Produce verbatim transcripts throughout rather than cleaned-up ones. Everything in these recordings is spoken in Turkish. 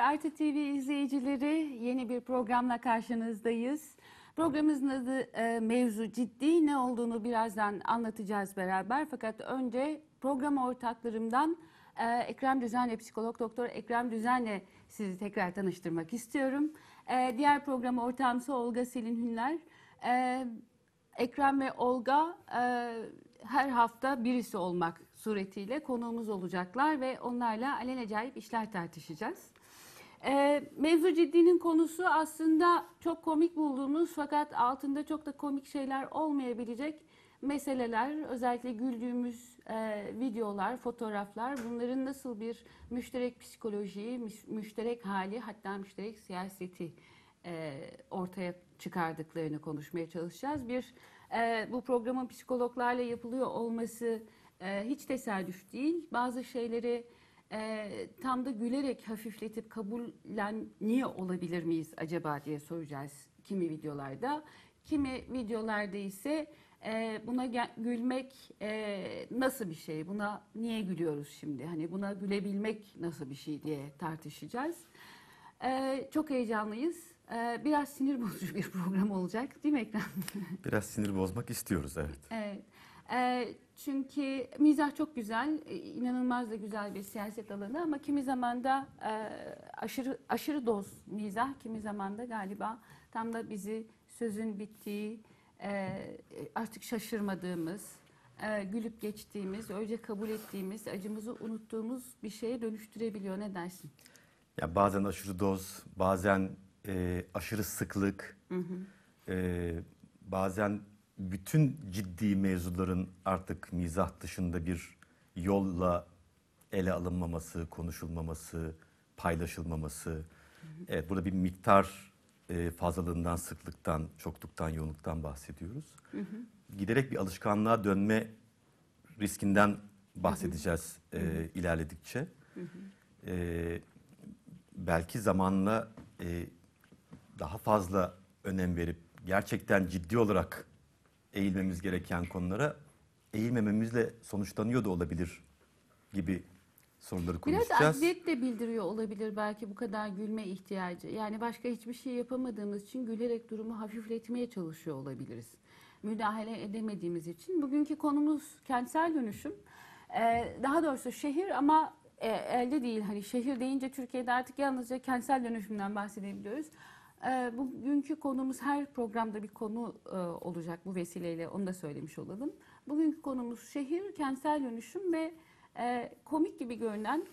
Artı T V izleyicileri, yeni bir programla karşınızdayız. Programımızın adı e, Mevzu Ciddi. Ne olduğunu birazdan anlatacağız beraber. Fakat önce program ortaklarımdan e, Ekrem Düzen'le, psikolog doktor Ekrem Düzen'le sizi tekrar tanıştırmak istiyorum. E, diğer program ortağımsa Olga Selin Hünler. E, Ekrem ve Olga e, her hafta birisi olmak suretiyle konuğumuz olacaklar ve onlarla alelacayip işler tartışacağız. E, Mevzu Ciddi'nin konusu aslında çok komik bulduğumuz fakat altında çok da komik şeyler olmayabilecek meseleler, özellikle güldüğümüz e, videolar, fotoğraflar, bunların nasıl bir müşterek psikolojiyi, müşterek hali, hatta müşterek siyaseti e, ortaya çıkardıklarını konuşmaya çalışacağız. Bir e, bu programın psikologlarla yapılıyor olması e, hiç tesadüf değil. Bazı şeyleri e, tam da gülerek hafifletip kabulleniyor olabilir miyiz acaba diye soracağız kimi videolarda. Kimi videolarda ise e, buna gülmek e, nasıl bir şey? Buna niye gülüyoruz şimdi? Hani buna gülebilmek nasıl bir şey diye tartışacağız. E, çok heyecanlıyız. Biraz sinir bozucu bir program olacak değil mi Ekrem? Biraz sinir bozmak istiyoruz, evet. Evet. E, çünkü mizah çok güzel, inanılmaz da güzel bir siyaset alanı ama kimi zaman da e, aşırı aşırı doz mizah, kimi zaman da galiba tam da bizi sözün bittiği, e, artık şaşırmadığımız, e, gülüp geçtiğimiz, önce kabul ettiğimiz, acımızı unuttuğumuz bir şeye dönüştürebiliyor. Ne dersin? Ya bazen aşırı doz, bazen e, aşırı sıklık, hı hı. E, bazen bütün ciddi mevzuların artık mizah dışında bir yolla ele alınmaması, konuşulmaması, paylaşılmaması. Hı hı. Evet, burada bir miktar e, fazlalığından, sıklıktan, çokluktan, yoğunluktan bahsediyoruz. Hı hı. Giderek bir alışkanlığa dönme riskinden bahsedeceğiz hı hı. E, ilerledikçe. Hı hı. E, belki zamanla e, daha fazla önem verip gerçekten ciddi olarak eğilmemiz gereken konulara eğilmememizle sonuçlanıyor da olabilir gibi soruları konuşacağız. Biraz acziyet de bildiriyor olabilir belki bu kadar gülme ihtiyacı. Yani başka hiçbir şey yapamadığımız için gülerek durumu hafifletmeye çalışıyor olabiliriz. Müdahale edemediğimiz için. Bugünkü konumuz kentsel dönüşüm. Ee, daha doğrusu şehir ama e, elde değil. Hani şehir deyince Türkiye'de artık yalnızca kentsel dönüşümden bahsedebiliyoruz. Bugünkü konumuz, her programda bir konu olacak bu vesileyle, onu da söylemiş olalım. Bugünkü konumuz şehir, kentsel dönüşüm ve komik gibi görünen,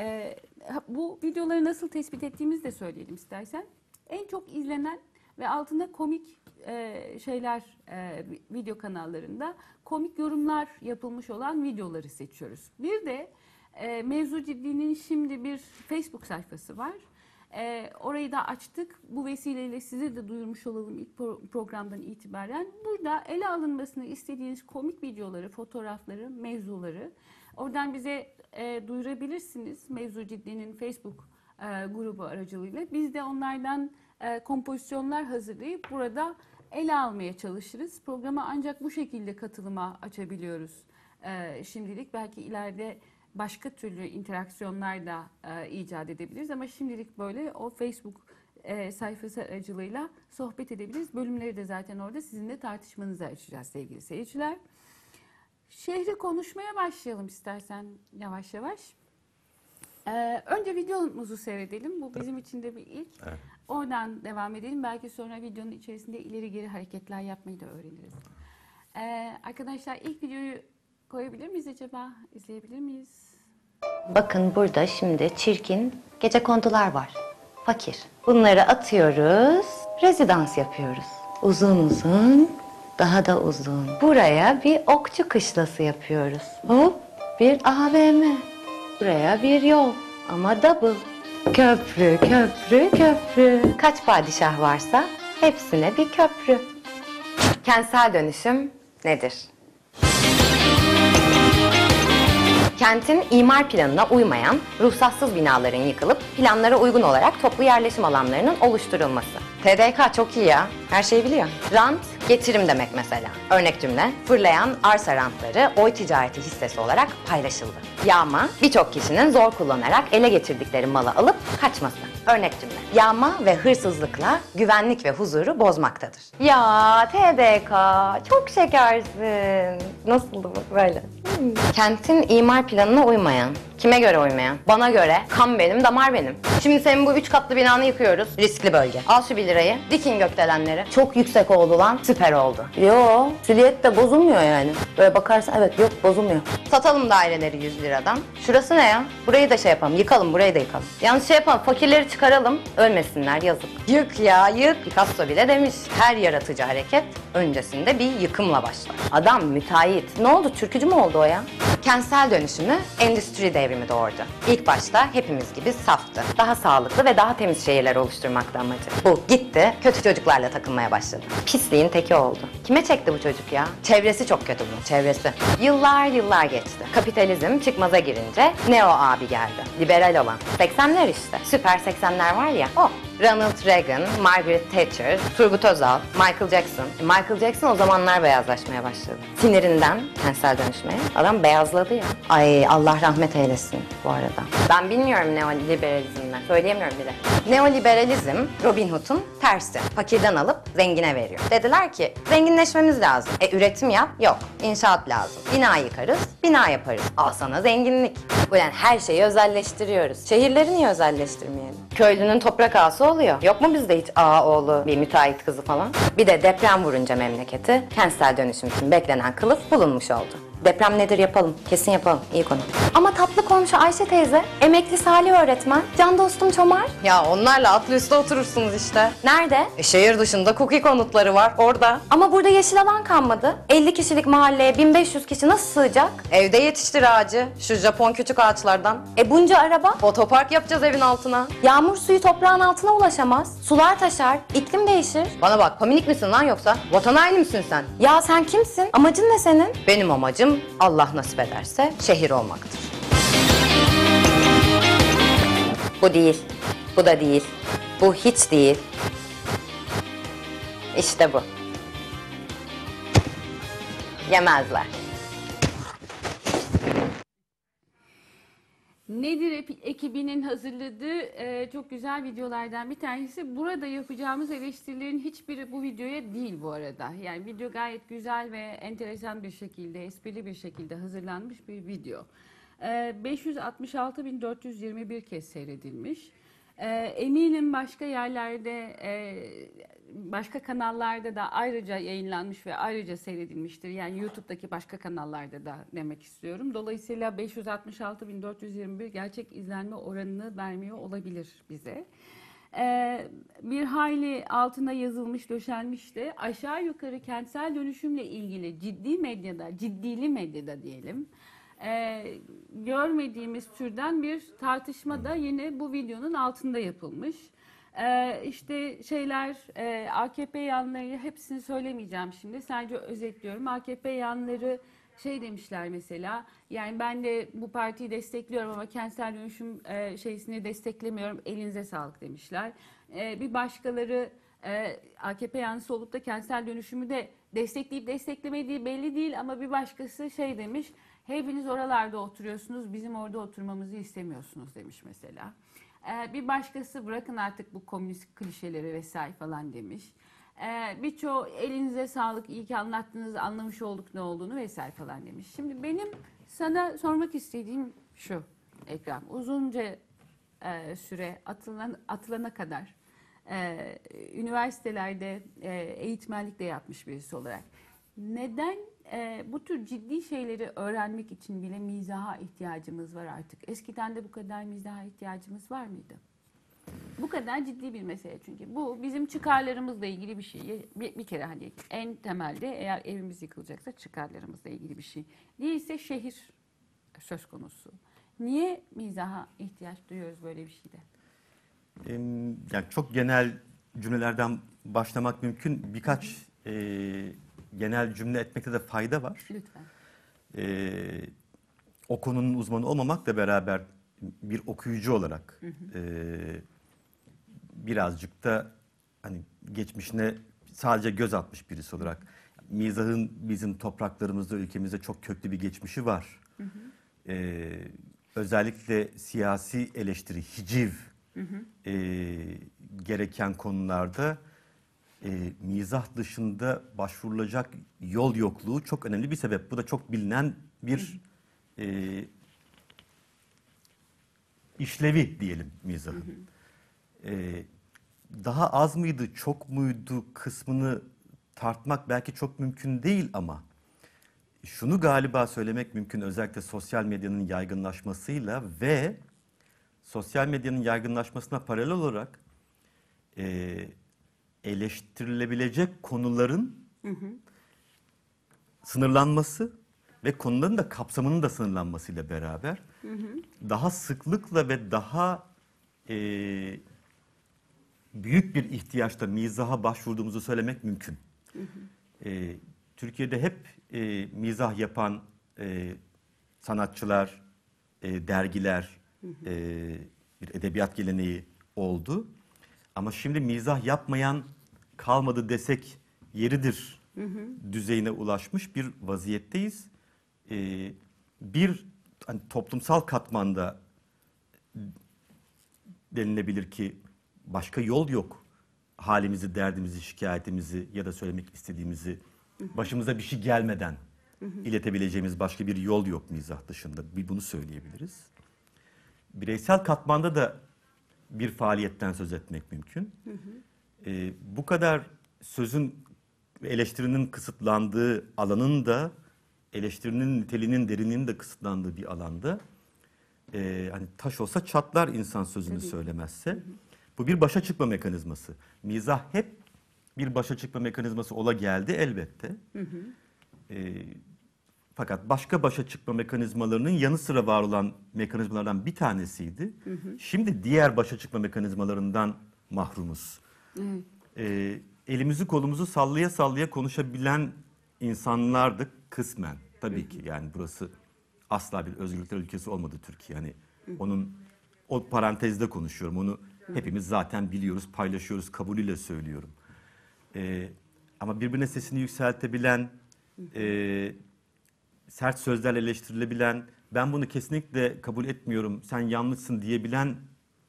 bu videoları nasıl tespit ettiğimizi de söyleyelim istersen. En çok izlenen ve altında komik şeyler, video kanallarında komik yorumlar yapılmış olan videoları seçiyoruz. Bir de Mevzu Ciddi'nin şimdi bir Facebook sayfası var. Ee, orayı da açtık. Bu vesileyle size de duyurmuş olalım ilk pro- programdan itibaren. Burada ele alınmasını istediğiniz komik videoları, fotoğrafları, mevzuları oradan bize e, duyurabilirsiniz. Mevzu Ciddi'nin Facebook e, grubu aracılığıyla. Biz de onlardan e, kompozisyonlar hazırlayıp burada ele almaya çalışırız. Programa ancak bu şekilde katılıma açabiliyoruz e, şimdilik. Belki ileride başka türlü interaksiyonlar da e, icat edebiliriz ama şimdilik böyle o Facebook e, sayfası aracılığıyla sohbet edebiliriz. Bölümleri de zaten orada sizinle tartışmanızı açacağız sevgili seyirciler. Şehri konuşmaya başlayalım istersen yavaş yavaş. E, önce videomuzu seyredelim. Bu bizim için de bir ilk. Evet. Oradan devam edelim. Belki sonra videonun içerisinde ileri geri hareketler yapmayı da öğreniriz. E, arkadaşlar ilk videoyu koyabilir miyiz acaba? İzleyebilir miyiz? Bakın burada şimdi çirkin gecekondular var. Fakir. Bunları atıyoruz, rezidans yapıyoruz. Uzun uzun, daha da uzun. Buraya bir okçu kışlası yapıyoruz. Hop, bir A V M. Buraya bir yol ama double. Köprü, köprü, köprü. Kaç padişah varsa hepsine bir köprü. Kentsel dönüşüm nedir? Kentin imar planına uymayan, ruhsatsız binaların yıkılıp planlara uygun olarak toplu yerleşim alanlarının oluşturulması. T D K çok iyi ya, her şeyi biliyor. Rant, getirim demek mesela. Örnek cümle, fırlayan arsa rantları oy ticareti hissesi olarak paylaşıldı. Yağma, birçok kişinin zor kullanarak ele getirdikleri malı alıp kaçması. Örnek cümle. Yağma ve hırsızlıkla güvenlik ve huzuru bozmaktadır. Ya T D K çok şekersin. Nasıldı bu böyle? Hmm. Kentin imar planına uymayan. Kime göre uymayan? Bana göre kan benim, damar benim. Şimdi senin bu üç katlı binanı yıkıyoruz. Riskli bölge. Al şu bir lirayı, dikin gökdelenleri. Çok yüksek oldu lan, süper oldu. Yo, silüet de bozulmuyor yani. Böyle bakarsan evet, yok bozulmuyor. Satalım daireleri yüz liradan. Şurası ne ya? Burayı da şey yapalım, yıkalım, burayı da yıkalım. Yalnız şey yapalım, fakirleri çıkaralım, ölmesinler, yazık. Yık ya, yık. Picasso bile demiş, her yaratıcı hareket öncesinde bir yıkımla başlar. Adam müteahhit. Ne oldu, türkücü mü oldu o ya? Kentsel dönüşümü endüstri devrimi doğurdu. İlk başta hepimiz gibi saftı. Daha sağlıklı ve daha temiz şehirler oluşturmakta amacı. Bu gitti, kötü çocuklarla takılmaya başladı. Pisliğin teki oldu. Kime çekti bu çocuk ya? Çevresi çok kötü bunun, çevresi. Yıllar yıllar geçti. Kapitalizm çıkmaza girince Neo abi geldi. Liberal olan. seksenler işte. Süper seksenler var ya, o. Ronald Reagan, Margaret Thatcher, Turgut Özal, Michael Jackson. Michael Jackson o zamanlar beyazlaşmaya başladı. Sinirinden kentsel dönüşmeye adam beyazladı ya. Ay Allah rahmet eylesin bu arada. Ben bilmiyorum neoliberalizmden. Söyleyemiyorum bile. Neoliberalizm Robin Hood'un tersi. Fakirden alıp zengine veriyor. Dediler ki zenginleşmemiz lazım. E üretim yap. Yok. İnşaat lazım. Bina yıkarız. Bina yaparız. Al sana zenginlik. Bu yani her şeyi özelleştiriyoruz. Şehirleri niye özelleştirmeyelim? Köylünün toprak ağası oluyor. Yok mu bizde hiç ağa oğlu bir müteahhit kızı falan? Bir de deprem vurunca memleketi kentsel dönüşüm için beklenen kılıf bulunmuş oldu. Deprem nedir yapalım. Kesin yapalım. İyi konu. Ama tatlı komşu Ayşe teyze, emekli Salih öğretmen, can dostum Çomar. Ya onlarla atlı üstte oturursunuz işte. Nerede? E, şehir dışında cookie konutları var orada. Ama burada yeşil alan kalmadı. elli kişilik mahalleye bin beş yüz kişi nasıl sığacak? Evde yetiştir ağacı. Şu Japon küçük ağaçlardan. E bunca araba? Otopark yapacağız evin altına. Yağmur suyu toprağın altına ulaşamaz. Sular taşar. İklim değişir. Bana bak, komik misin lan yoksa? Vatan haini misin sen? Ya sen kimsin? Amacın ne senin? Benim amacım Allah nasip ederse şehir olmaktır. Bu değil. Bu da değil. Bu hiç değil. İşte bu. Yemezler. Nedir Ep- ekibinin hazırladığı e, çok güzel videolardan bir tanesi. Burada yapacağımız eleştirilerin hiçbiri bu videoya değil bu arada. Yani video gayet güzel ve enteresan bir şekilde, esprili bir şekilde hazırlanmış bir video. E, beş yüz altmış altı bin dört yüz yirmi bir kez seyredilmiş. E, eminim başka yerlerde, e, başka kanallarda da ayrıca yayınlanmış ve ayrıca seyredilmiştir. Yani YouTube'daki başka kanallarda da demek istiyorum. Dolayısıyla beş yüz altmış altı bin dört yüz yirmi bir gerçek izlenme oranını vermiyor olabilir bize. Ee, bir hayli altına yazılmış, döşenmiş de aşağı yukarı kentsel dönüşümle ilgili ciddi medyada, ciddili medyada diyelim, e, görmediğimiz türden bir tartışma da yine bu videonun altında yapılmış. Ee, işte şeyler, e, A K P yanları, hepsini söylemeyeceğim şimdi, sadece özetliyorum. A K P yanları şey demişler mesela, yani ben de bu partiyi destekliyorum ama kentsel dönüşüm e, şeysini desteklemiyorum, elinize sağlık demişler. E, bir başkaları e, A K P yanlısı olup da kentsel dönüşümü de destekleyip desteklemediği belli değil ama bir başkası şey demiş, hepiniz oralarda oturuyorsunuz, bizim orada oturmamızı istemiyorsunuz demiş mesela. Ee, bir başkası bırakın artık bu komünist klişeleri vesaire falan demiş. Ee, birçoğu elinize sağlık, iyi ki anlattınız, anlamış olduk ne olduğunu vesaire falan demiş. Şimdi benim sana sormak istediğim şu Ekrem, uzunca e, süre atılan, atılana kadar e, üniversitelerde e, eğitmenlik de yapmış birisi olarak neden e, bu tür ciddi şeyleri öğrenmek için bile mizaha ihtiyacımız var artık? Eskiden de bu kadar mizaha ihtiyacımız var mıydı? Bu kadar ciddi bir mesele çünkü. Bu bizim çıkarlarımızla ilgili bir şey. Bir, bir kere hani en temelde eğer evimiz yıkılacaksa çıkarlarımızla ilgili bir şey. Değilse şehir söz konusu. Niye mizaha ihtiyaç duyuyoruz böyle bir şeyde? Yani çok genel cümlelerden başlamak mümkün. Birkaç e, genel cümle etmekte de fayda var. Lütfen. E, o konunun uzmanı olmamakla beraber bir okuyucu olarak hı hı. E, birazcık da hani geçmişine sadece göz atmış birisi olarak mizahın bizim topraklarımızda, ülkemizde çok köklü bir geçmişi var. Hı hı. E, özellikle siyasi eleştiri, hiciv hı hı. E, gereken konularda e, mizah dışında başvurulacak yol yokluğu çok önemli bir sebep. Bu da çok bilinen bir hı hı. E, işlevi diyelim mizahın. Hı hı. E, daha az mıydı, çok muydu kısmını tartmak belki çok mümkün değil ama şunu galiba söylemek mümkün, özellikle sosyal medyanın yaygınlaşmasıyla ve sosyal medyanın yaygınlaşmasına paralel olarak e, eleştirilebilecek konuların hı hı. sınırlanması ve konuların da kapsamının da sınırlanmasıyla beraber hı hı. daha sıklıkla ve daha e, büyük bir ihtiyaçta mizaha başvurduğumuzu söylemek mümkün. Hı hı. E, Türkiye'de hep e, mizah yapan e, sanatçılar, e, dergiler, hı hı. E, bir edebiyat geleneği oldu. Ama şimdi mizah yapmayan kalmadı desek yeridir hı hı. düzeyine ulaşmış bir vaziyetteyiz. E, bir hani, toplumsal katmanda denilebilir ki başka yol yok. Halimizi, derdimizi, şikayetimizi ya da söylemek istediğimizi başımıza bir şey gelmeden hı hı. iletebileceğimiz başka bir yol yok mizah dışında. Bir bunu söyleyebiliriz. Bireysel katmanda da bir faaliyetten söz etmek mümkün. Hı hı. Ee, bu kadar sözün ve eleştirinin kısıtlandığı alanın da eleştirinin niteliğinin derinliğinin de kısıtlandığı bir alanda e, hani taş olsa çatlar insan sözünü Tabii. söylemezse. Hı hı. Bu bir başa çıkma mekanizması. Mizah hep bir başa çıkma mekanizması ola geldi elbette. Hı hı. E, fakat başka başa çıkma mekanizmalarının yanı sıra var olan mekanizmalardan bir tanesiydi. Hı hı. Şimdi diğer başa çıkma mekanizmalarından mahrumuz. Hı. E, elimizi kolumuzu sallaya sallaya konuşabilen insanlardık kısmen. Tabii hı hı. ki yani burası asla bir özgürlükler ülkesi olmadı Türkiye. Yani hı hı. onun o parantezde konuşuyorum. Onu hı hı. hepimiz zaten biliyoruz, paylaşıyoruz, kabulüyle söylüyorum. Ee, ama birbirine sesini yükseltebilen, hı hı. E, sert sözlerle eleştirilebilen, ben bunu kesinlikle kabul etmiyorum, sen yanlışsın diyebilen,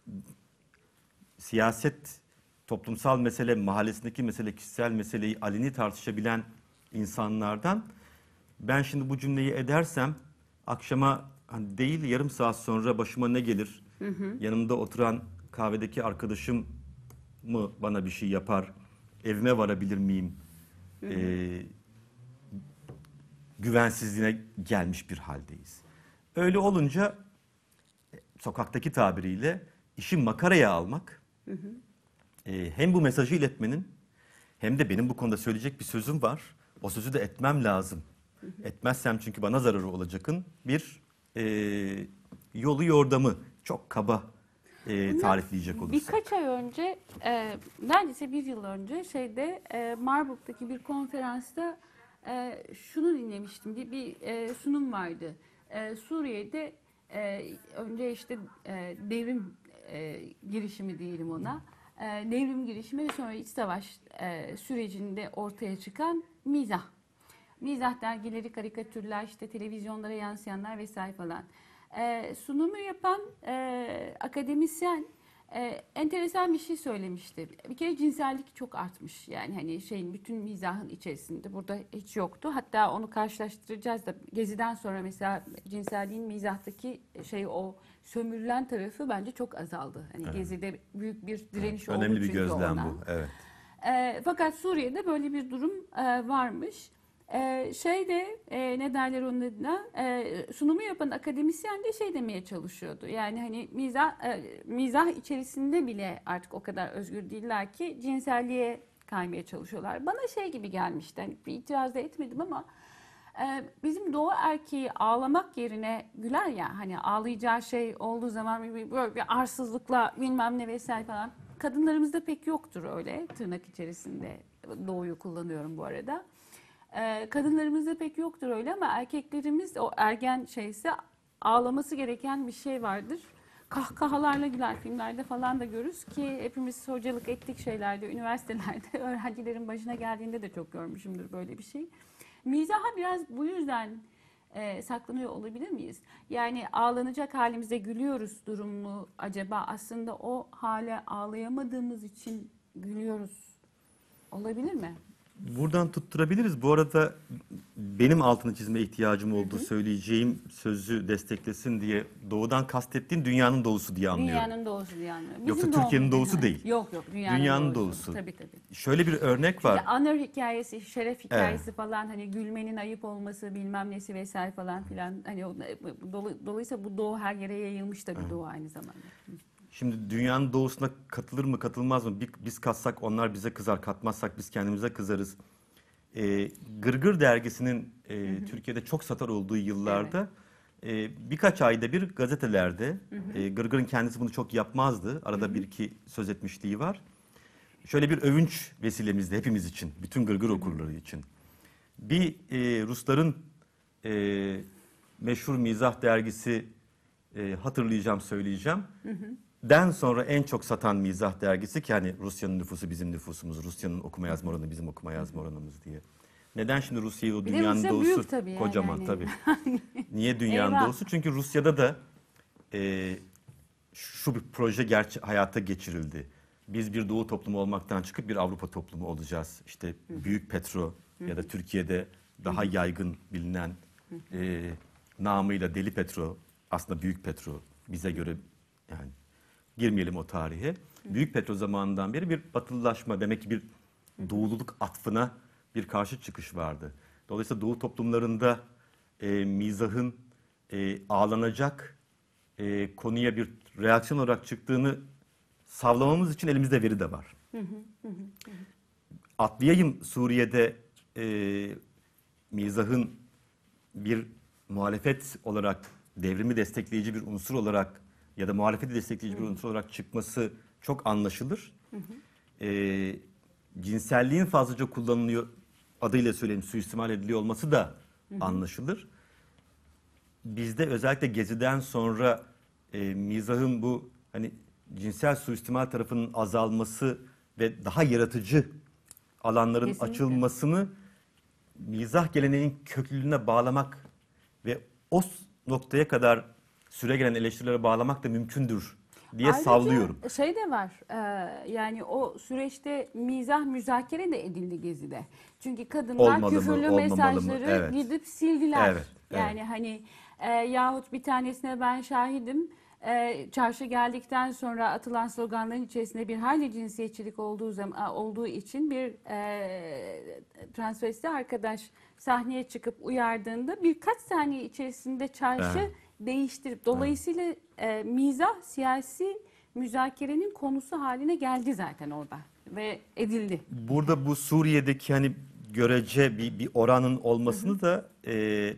siyaset, toplumsal mesele, mahallesindeki mesele, kişisel meseleyi aleni tartışabilen insanlardan ben şimdi bu cümleyi edersem akşama hani değil yarım saat sonra başıma ne gelir? Hı hı. Yanımda oturan kahvedeki arkadaşım mı bana bir şey yapar? Evime varabilir miyim? Hı hı. Ee, güvensizliğine gelmiş bir haldeyiz. Öyle olunca sokaktaki tabiriyle işi makaraya almak, hı hı. E, hem bu mesajı iletmenin hem de benim bu konuda söyleyecek bir sözüm var. O sözü de etmem lazım. Hı hı. Etmezsem çünkü bana zararı olacakın bir e, yolu yordamı çok kaba e, tarifleyecek olursak. Birkaç ay önce, e, neredeyse bir yıl önce şeyde e, Marburg'daki bir konferansta e, şunu dinlemiştim. Bir, bir e, sunum vardı. E, Suriye'de e, önce işte e, devrim e, girişimi diyelim ona. E, devrim girişimi ve sonra iç savaş e, sürecinde ortaya çıkan mizah. Mizah dergileri, karikatürler, işte televizyonlara yansıyanlar vesaire falan. Ee, sunumu yapan e, akademisyen e, enteresan bir şey söylemişti. Bir kere cinsellik çok artmış. Yani hani şeyin bütün mizahın içerisinde burada hiç yoktu. Hatta onu karşılaştıracağız da Gezi'den sonra mesela cinselliğin mizahtaki şey o sömürülen tarafı bence çok azaldı. Hani evet. Gezi'de büyük bir direniş evet, oldu önemli bir çünkü gözlem ona. bu. Evet. E, fakat Suriye'de böyle bir durum e, varmış. Ee, şeyde e, ne derler onun adına e, sunumu yapan akademisyen de şey demeye çalışıyordu. Yani hani mizah e, mizah içerisinde bile artık o kadar özgür değiller ki cinselliğe kaymaya çalışıyorlar. Bana şey gibi gelmişti. Hani bir itiraz da etmedim ama e, bizim doğu erkeği ağlamak yerine güler ya hani ağlayacağı şey olduğu zaman bir, böyle bir arsızlıkla bilmem ne vesaire falan. Kadınlarımızda pek yoktur öyle tırnak içerisinde doğuyu kullanıyorum bu arada. Kadınlarımızda pek yoktur öyle ama erkeklerimiz o ergen şeyse ağlaması gereken bir şey vardır. Kahkahalarla güler filmlerde falan da görürüz ki hepimiz hocalık ettik şeylerde, üniversitelerde öğrencilerin başına geldiğinde de çok görmüşümdür böyle bir şey. Mizaha biraz bu yüzden e, saklanıyor olabilir miyiz? Yani ağlanacak halimizde gülüyoruz durumu acaba aslında o hale ağlayamadığımız için gülüyoruz olabilir mi? Buradan tutturabiliriz. Bu arada benim altını çizmeye ihtiyacım olduğu söyleyeceğim sözü desteklesin diye doğudan kastettiğin dünyanın doğusu diye anlıyorum. Dünyanın doğusu diye anlıyorum. Yoksa Bizim Türkiye'nin doğumuz doğusu değil. değil. Yok yok dünyanın, Dünyanın doğusu. doğusu. Tabii tabii. Şöyle bir örnek var. İşte honor hikayesi, şeref hikayesi falan hani gülmenin ayıp olması bilmem nesi vesaire falan filan. Hani o- dolu- dolayısıyla bu doğu her yere yayılmış da bir doğu aynı zamanda. Şimdi dünyanın doğusuna katılır mı katılmaz mı? Bir- Biz katsak onlar bize kızar, katmazsak biz kendimize kızarız. Ee, Gırgır dergisinin e, Türkiye'de çok satar olduğu yıllarda e, birkaç ayda bir gazetelerde, e, Gırgır'ın kendisi bunu çok yapmazdı. Arada bir iki söz etmişliği var. Şöyle bir övünç vesilemizdi hepimiz için, bütün Gırgır okurları için. Bir e, Rusların e, meşhur mizah dergisi e, hatırlayacağım, söyleyeceğim. Den sonra en çok satan mizah dergisi ki hani Rusya'nın nüfusu bizim nüfusumuz, Rusya'nın okuma yazma oranı bizim okuma yazma oranımız diye. Neden şimdi Rusya'yı o Bir de dünyanın Rusya doğusu büyük tabii yani, kocaman hani. tabii. Niye dünyanın Eyvah. doğusu? Çünkü Rusya'da da e, şu bir proje gerçi hayata geçirildi. Biz bir doğu toplumu olmaktan çıkıp bir Avrupa toplumu olacağız. İşte büyük petro ya da Türkiye'de daha yaygın bilinen e, namıyla deli petro, aslında büyük petro bize göre yani girmeyelim o tarihe. Büyük petro zamanından beri bir batılılaşma demek ki bir doğululuk atfına bir karşı çıkış vardı. Dolayısıyla doğu toplumlarında e, mizahın e, ağlanacak e, konuya bir reaksiyon olarak çıktığını savlamamız için elimizde veri de var. Atlayayım Suriye'de e, mizahın bir muhalefet olarak, devrimi destekleyici bir unsur olarak ya da muhalefeti destekleyici bir unsur olarak çıkması çok anlaşılır. E, cinselliğin fazlaca kullanılıyor, adıyla söyleyeyim suistimal ediliyor olması da anlaşılır. Bizde özellikle Gezi'den sonra e, mizahın bu hani cinsel suistimal tarafının azalması ve daha yaratıcı alanların Kesinlikle. açılmasını mizah geleneğinin köklülüğüne bağlamak ve o s- noktaya kadar süregelen eleştirilere bağlamak da mümkündür diye Ayrıca sallıyorum. şey de var e, yani o süreçte mizah müzakere de edildi Gezi'de. Çünkü kadınlar Olmalı mı, küfürlü olmamalı mı? mesajları Evet. gidip sildiler. Evet, evet. Yani hani e, yahut bir tanesine ben şahidim. E, çarşı geldikten sonra atılan sloganların içerisinde bir hayli cinsiyetçilik olduğu zaman olduğu için bir e, transvesti arkadaş sahneye çıkıp uyardığında birkaç saniye içerisinde çarşı Evet. değiştirip dolayısıyla e, mizah siyasi müzakerenin konusu haline geldi zaten orada ve edildi. Burada bu Suriye'deki hani görece bir, bir oranın olmasını da e,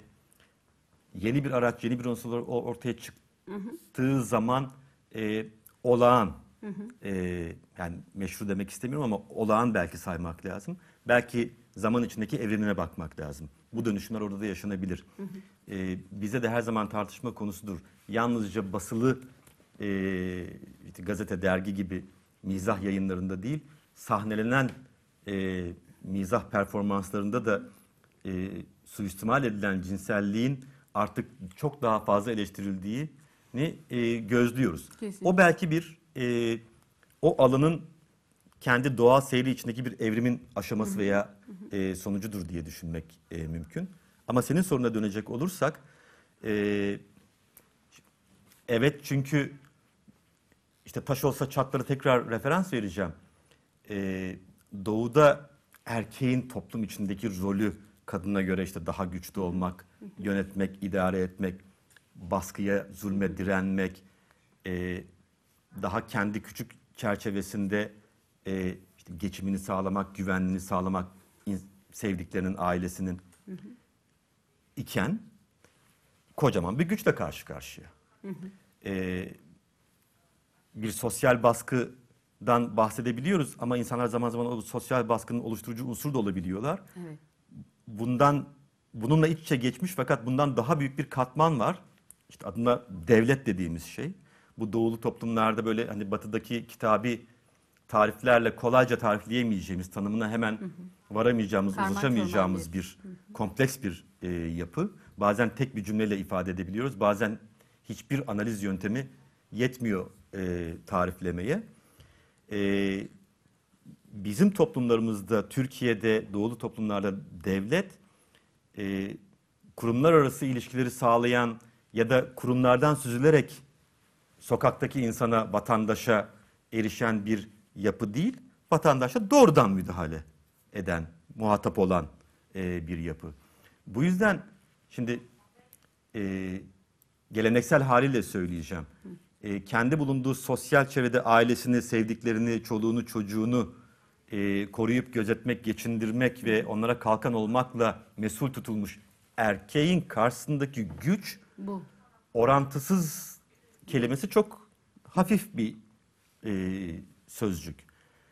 yeni bir araç, yeni bir unsur olarak o- ortaya çıktığı zaman e, olağan, e, yani meşru demek istemiyorum ama olağan belki saymak lazım. Belki zaman içindeki evrimine bakmak lazım. Bu dönüşümler orada da yaşanabilir. E, bize de her zaman tartışma konusudur. Yalnızca basılı e, işte gazete, dergi gibi mizah yayınlarında değil, sahnelenen e, mizah performanslarında da e, suistimal edilen cinselliğin artık çok daha fazla eleştirildiğini e, gözlüyoruz. Kesinlikle. O belki bir e, o alanın kendi doğal seyri içindeki bir evrimin aşaması veya e, sonucudur diye düşünmek e, mümkün. Ama senin soruna dönecek olursak, e, evet çünkü işte taş olsa çatları tekrar referans vereceğim. E, doğuda erkeğin toplum içindeki rolü kadına göre işte daha güçlü olmak, yönetmek, idare etmek, baskıya, zulme direnmek, e, daha kendi küçük çerçevesinde e, işte geçimini sağlamak, güvenliğini sağlamak, in- sevdiklerinin, ailesinin iken kocaman bir güçle karşı karşıya. E, bir sosyal baskıdan bahsedebiliyoruz ama insanlar zaman zaman o sosyal baskının oluşturucu unsur da olabiliyorlar. Evet. Bundan bununla iç içe geçmiş fakat bundan daha büyük bir katman var. İşte adına devlet dediğimiz şey. Bu doğulu toplumlarda böyle hani batıdaki kitabi tariflerle kolayca tarifleyemeyeceğimiz, tanımına hemen varamayacağımız, Karman ulaşamayacağımız çorman bir kompleks bir e, yapı. bazen tek bir cümleyle ifade edebiliyoruz. Bazen hiçbir analiz yöntemi yetmiyor e, tariflemeye. E, bizim toplumlarımızda, Türkiye'de, doğulu toplumlarda devlet e, kurumlar arası ilişkileri sağlayan ya da kurumlardan süzülerek sokaktaki insana, vatandaşa erişen bir yapı değil, vatandaşa doğrudan müdahale eden, muhatap olan e, bir yapı. Bu yüzden şimdi e, geleneksel haliyle söyleyeceğim. E, kendi bulunduğu sosyal çevrede ailesini, sevdiklerini, çoluğunu, çocuğunu e, koruyup gözetmek, geçindirmek ve onlara kalkan olmakla mesul tutulmuş erkeğin karşısındaki güç Bu. orantısız kelimesi çok hafif bir e, sözcük.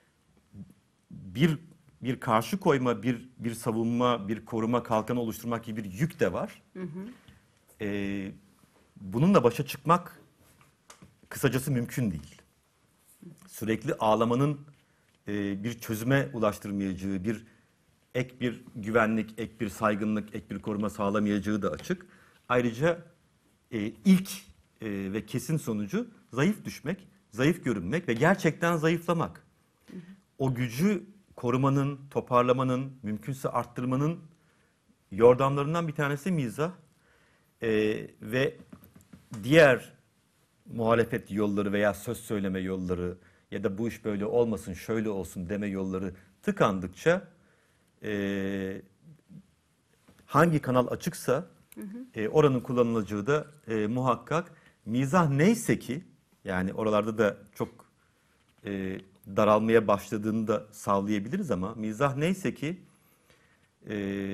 Bir bir karşı koyma, bir bir savunma, bir koruma, kalkanı oluşturmak gibi bir yük de var. Hı hı. E, bununla başa çıkmak kısacası mümkün değil. Sürekli ağlamanın e, bir çözüme ulaştırmayacağı, bir ek bir güvenlik, ek bir saygınlık, ek bir koruma sağlamayacağı da açık. Ayrıca e, ilk e, ve kesin sonucu zayıf düşmek, zayıf görünmek ve gerçekten zayıflamak. Hı hı. O gücü korumanın, toparlamanın, mümkünse arttırmanın yordamlarından bir tanesi mizah. E, ve diğer muhalefet yolları veya söz söyleme yolları ya da bu iş böyle olmasın, şöyle olsun deme yolları tıkandıkça e, hangi kanal açıksa hı hı. E, oranın kullanılacağı da e, muhakkak. Mizah neyse ki, yani oralarda da çok e, daralmaya başladığını da sağlayabiliriz ama mizah neyse ki e,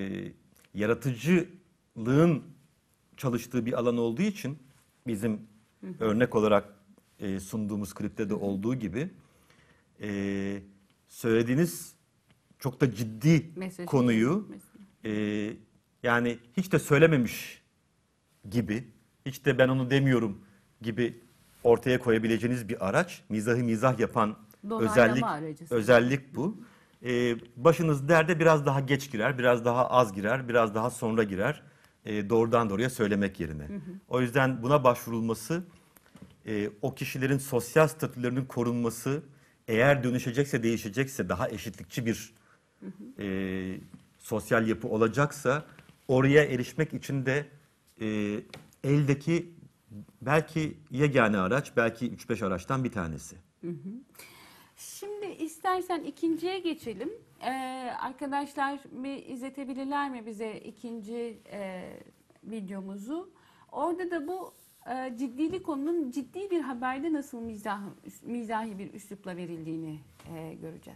yaratıcılığın çalıştığı bir alan olduğu için bizim hı hı. örnek olarak e, sunduğumuz klipte de olduğu gibi e, söylediğiniz çok da ciddi Mesajı konuyu e, yani hiç de söylememiş gibi, hiç de ben onu demiyorum gibi ortaya koyabileceğiniz bir araç. Mizahı mizah yapan özellik özellik bu. Ee, başınız derde biraz daha geç girer, biraz daha az girer, biraz daha sonra girer. E, doğrudan doğruya söylemek yerine. Hı hı. O yüzden buna başvurulması, e, o kişilerin sosyal statülerinin korunması, eğer dönüşecekse, değişecekse, daha eşitlikçi bir hı hı. E, sosyal yapı olacaksa, oraya erişmek için de e, eldeki belki yegane araç, belki üç beş araçtan bir tanesi. Hı hı. Şimdi istersen ikinciye geçelim. Ee, arkadaşlar bir izletebilirler mi bize ikinci e, videomuzu? Orada da bu e, ciddilik konunun ciddi bir haberde nasıl mizah, mizahi bir üslupla verildiğini e, göreceğiz.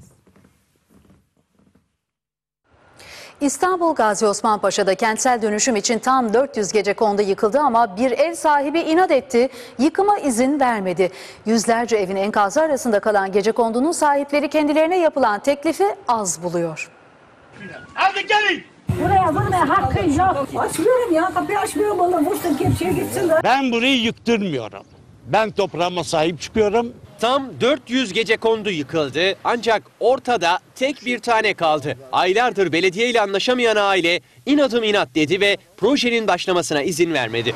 İstanbul Gazi Osman Paşa'da kentsel dönüşüm için tam dört yüz gecekondu yıkıldı ama bir ev sahibi inat etti, yıkıma izin vermedi. Yüzlerce evin enkazı arasında kalan gecekondunun sahipleri kendilerine yapılan teklifi az buluyor. Hadi gelin! Buraya vurmaya hakkın yok. Açmıyorum ya, kapıyı açmıyorum, onu vursun kepçeye gitsinler. Ben burayı yıktırmıyorum. Ben toprağıma sahip çıkıyorum. Tam dört yüz gecekondu yıkıldı ancak ortada tek bir tane kaldı. Aylardır belediye ile anlaşamayan aile inadım inat dedi ve projenin başlamasına izin vermedi.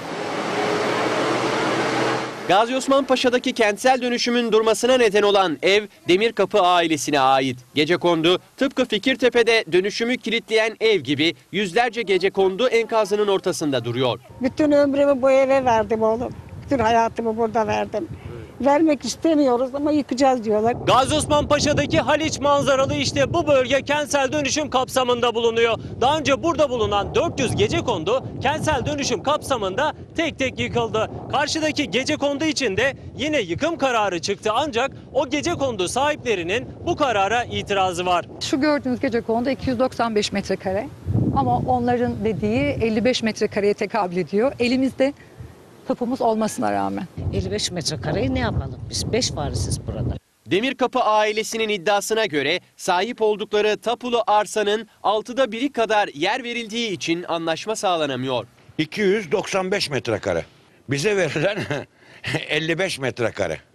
Gazi Osman Paşa'daki kentsel dönüşümün durmasına neden olan ev Demirkapı ailesine ait. Gecekondu tıpkı Fikirtepe'de dönüşümü kilitleyen ev gibi yüzlerce gecekondu enkazının ortasında duruyor. Bütün ömrümü bu eve verdim oğlum. Bütün hayatımı burada verdim. Vermek istemiyoruz ama yıkacağız diyorlar. Gazi Osman Paşa'daki Haliç manzaralı işte bu bölge kentsel dönüşüm kapsamında bulunuyor. Daha önce burada bulunan dört yüz gecekondu kentsel dönüşüm kapsamında tek tek yıkıldı. Karşıdaki gecekondu için de yine yıkım kararı çıktı ancak o gecekondu sahiplerinin bu karara itirazı var. Şu gördüğünüz gecekondu iki yüz doksan beş metrekare ama onların dediği elli beş metrekareye tekabül ediyor. Elimizde tapumuz olmasına rağmen. elli beş metrekareyi ne yapalım? Biz beş varisiz burada. Demirkapı ailesinin iddiasına göre sahip oldukları tapulu arsanın altıda biri kadar yer verildiği için anlaşma sağlanamıyor. iki yüz doksan beş metrekare. Bize verilen elli beş metrekare.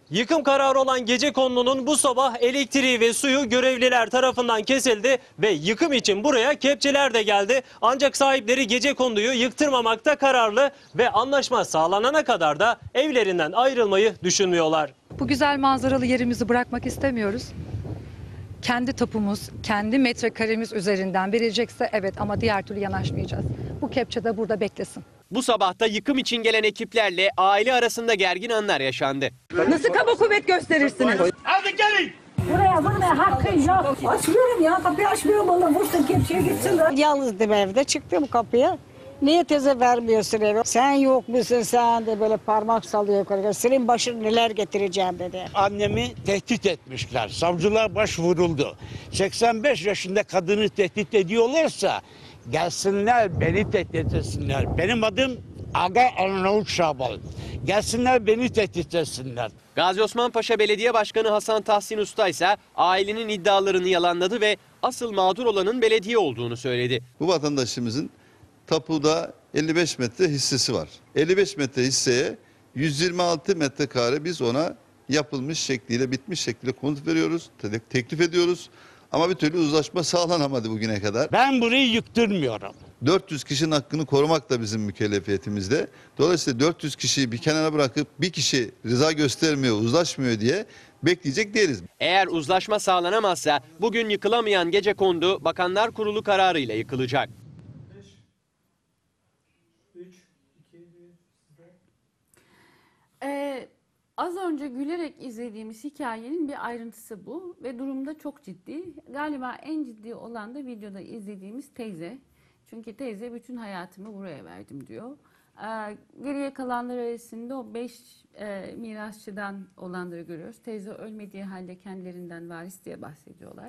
Yıkım kararı olan gecekondunun bu sabah elektriği ve suyu görevliler tarafından kesildi ve yıkım için buraya kepçeler de geldi. Ancak sahipleri gecekonduyu yıktırmamakta kararlı ve anlaşma sağlanana kadar da evlerinden ayrılmayı düşünmüyorlar. Bu güzel manzaralı yerimizi bırakmak istemiyoruz. Kendi tapumuz, kendi metrekaremiz üzerinden verilecekse evet, ama diğer türlü yanaşmayacağız. Bu kepçe de burada beklesin. Bu sabahta yıkım için gelen ekiplerle aile arasında gergin anlar yaşandı. Nasıl kaba kuvvet gösterirsiniz? Hadi gelin. Buraya vurmaya hakkın yok. Açmıyorum ya, kapıyı açmıyorum, bana vursun kepçeye gitsinler. Yalnızdım evde, çıktım kapıya. Niye teze vermiyorsun eve? Sen yok musun sen de böyle parmak sallıyor yukarı. Senin başına neler getireceğim dedi. Annemi tehdit etmişler. Savcılığa başvuruldu. seksen beş yaşında kadını tehdit ediyorlarsa gelsinler beni tehdit etsinler. Benim adım Aga Arnavut Şaban. Gelsinler beni tehdit etsinler. Gazi Osman Paşa Belediye Başkanı Hasan Tahsin Usta ise ailenin iddialarını yalanladı ve asıl mağdur olanın belediye olduğunu söyledi. Bu vatandaşımızın tapuda elli beş metre hissesi var. elli beş metre hisseye yüz yirmi altı metrekare biz ona yapılmış şekliyle, bitmiş şekliyle konut veriyoruz, te- teklif ediyoruz. Ama bir türlü uzlaşma sağlanamadı bugüne kadar. Ben burayı yıktırmıyorum. dört yüz kişinin hakkını korumak da bizim mükellefiyetimizde. Dolayısıyla dört yüz kişiyi bir kenara bırakıp bir kişi rıza göstermiyor, uzlaşmıyor diye bekleyecek değiliz. Eğer uzlaşma sağlanamazsa bugün yıkılamayan gecekondu Bakanlar Kurulu kararıyla yıkılacak. Ee, az önce gülerek izlediğimiz hikayenin bir ayrıntısı bu ve durumda çok ciddi. Galiba en ciddi olan da videoda izlediğimiz teyze. Çünkü teyze bütün hayatımı buraya verdim diyor. Ee, geriye kalanlar arasında o beş e, mirasçıdan olanları görüyoruz. Teyze ölmediği halde kendilerinden varis diye bahsediyorlar.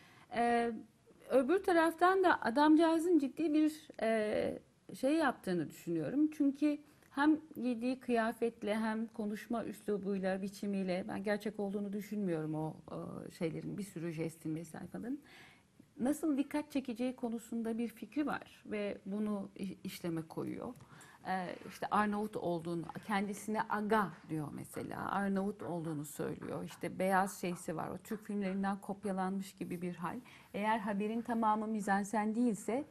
Ee, öbür taraftan da adamcağızın ciddi bir e, şey yaptığını düşünüyorum. Çünkü hem giydiği kıyafetle hem konuşma üslubuyla, biçimiyle ben gerçek olduğunu düşünmüyorum o, o şeylerin, bir sürü jestin ve sayfanın. Nasıl dikkat çekeceği konusunda bir fikri var ve bunu işleme koyuyor. Ee, işte Arnavut olduğunu, kendisine aga diyor mesela. Arnavut olduğunu söylüyor. İşte beyaz şeysi var. O Türk filmlerinden kopyalanmış gibi bir hal. Eğer haberin tamamı mizansen değilse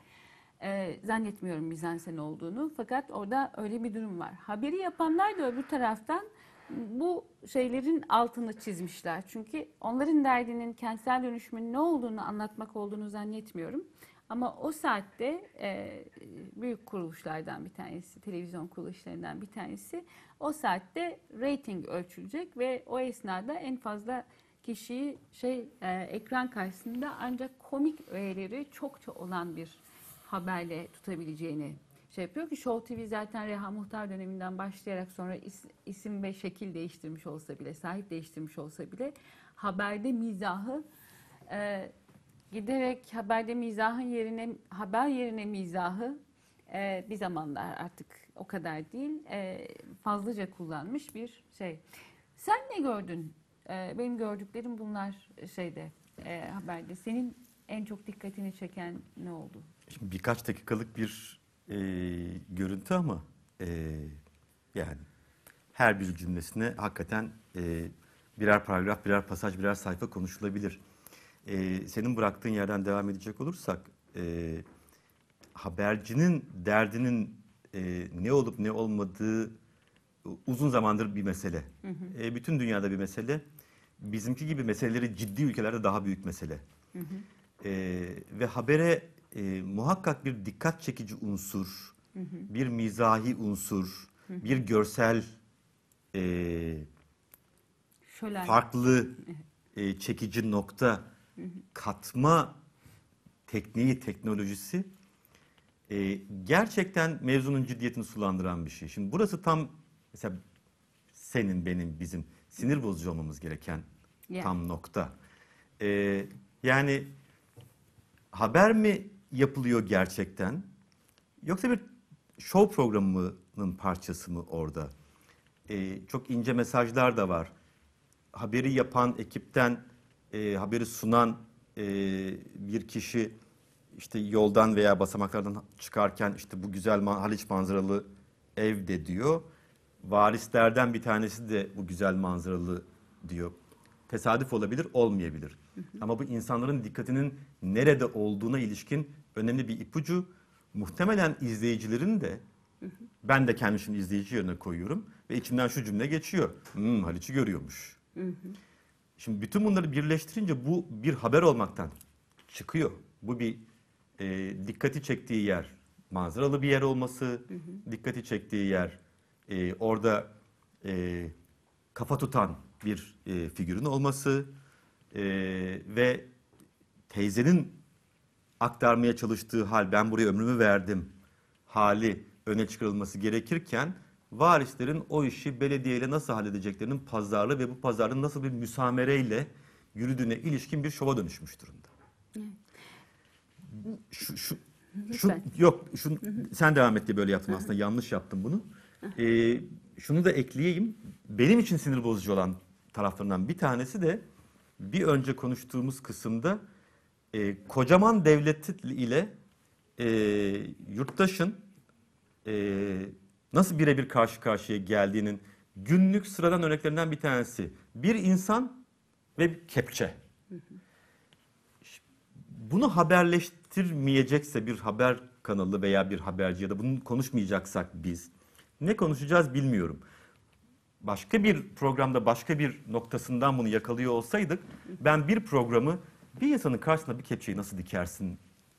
e, zannetmiyorum mizansen olduğunu. Fakat orada öyle bir durum var. Haberi yapanlar da öbür taraftan bu şeylerin altını çizmişler. Çünkü onların derdinin kentsel dönüşümün ne olduğunu anlatmak olduğunu zannetmiyorum. Ama o saatte e, büyük kuruluşlardan bir tanesi, televizyon kuruluşlarından bir tanesi, o saatte reyting ölçülecek ve o esnada en fazla kişiyi şey e, ekran karşısında ancak komik öğeleri çokça olan bir haberle tutabileceğini şey yapıyor ki Show T V zaten Reha Muhtar döneminden başlayarak sonra is, isim ve şekil değiştirmiş olsa bile, sahip değiştirmiş olsa bile haberde mizahı e, giderek haberde mizahın yerine, haber yerine mizahı e, bir zamanlar artık o kadar değil, e, fazlaca kullanmış bir şey. Sen ne gördün? E, benim gördüklerim bunlar şeyde, e, haberde. Senin en çok dikkatini çeken ne oldu? Şimdi birkaç dakikalık bir e, görüntü ama e, yani her bir cümlesine hakikaten e, birer paragraf, birer pasaj, birer sayfa konuşulabilir. E, senin bıraktığın yerden devam edecek olursak e, habercinin derdinin e, ne olup ne olmadığı uzun zamandır bir mesele. Hı hı. E, bütün dünyada bir mesele. Bizimki gibi meseleleri ciddi ülkelerde daha büyük mesele. Hı hı. E, ve habere e, muhakkak bir dikkat çekici unsur, hı hı. bir mizahi unsur, hı hı. bir görsel e, farklı e, çekici nokta hı hı. katma tekniği, teknolojisi e, gerçekten mevzunun ciddiyetini sulandıran bir şey. Şimdi burası tam mesela senin, benim, bizim sinir bozucu olmamız gereken yeah. tam nokta. E, yani haber mi yapılıyor gerçekten? Yoksa bir show programının parçası mı orada? Ee, çok ince mesajlar da var. Haberi yapan ekipten e, haberi sunan e, bir kişi işte yoldan veya basamaklardan çıkarken işte bu güzel Haliç manzaralı ev de diyor. varislerden bir tanesi de bu güzel manzaralı diyor. Tesadüf olabilir, olmayabilir. Hı hı. Ama bu insanların dikkatinin nerede olduğuna ilişkin önemli bir ipucu. Muhtemelen izleyicilerin de, hı hı. ben de kendimi şimdi izleyici yerine koyuyorum ve içimden şu cümle geçiyor. Hmm, Haliç'i görüyormuş. Hı hı. Şimdi bütün bunları birleştirince bu bir haber olmaktan çıkıyor. Bu bir e, dikkati çektiği yer, manzaralı bir yer olması, hı hı. dikkati çektiği yer, e, orada e, kafa tutan bir e, figürün olması e, ve teyzenin aktarmaya çalıştığı hal, ben buraya ömrümü verdim hali öne çıkarılması gerekirken varislerin o işi belediyeyle nasıl halledeceklerinin pazarlığı ve bu pazarlığın nasıl bir müsamereyle yürüdüğüne ilişkin bir şova dönüşmüş durumda. Şu, şu, şu, yok, şu, sen devam et diye böyle yaptım aslında, yanlış yaptım bunu. Ee, şunu da ekleyeyim. Benim için sinir bozucu olan taraflarından bir tanesi de bir önce konuştuğumuz kısımda e, kocaman devlet ile e, yurttaşın e, nasıl birebir karşı karşıya geldiğinin günlük sıradan örneklerinden bir tanesi. Bir insan ve bir kepçe. Bunu haberleştirmeyecekse bir haber kanalı veya bir haberci ya da bunu konuşmayacaksak biz ne konuşacağız bilmiyorum. Başka bir programda başka bir noktasından bunu yakalıyor olsaydık ben bir programı bir insanın karşısına bir kepçeyi nasıl dikersin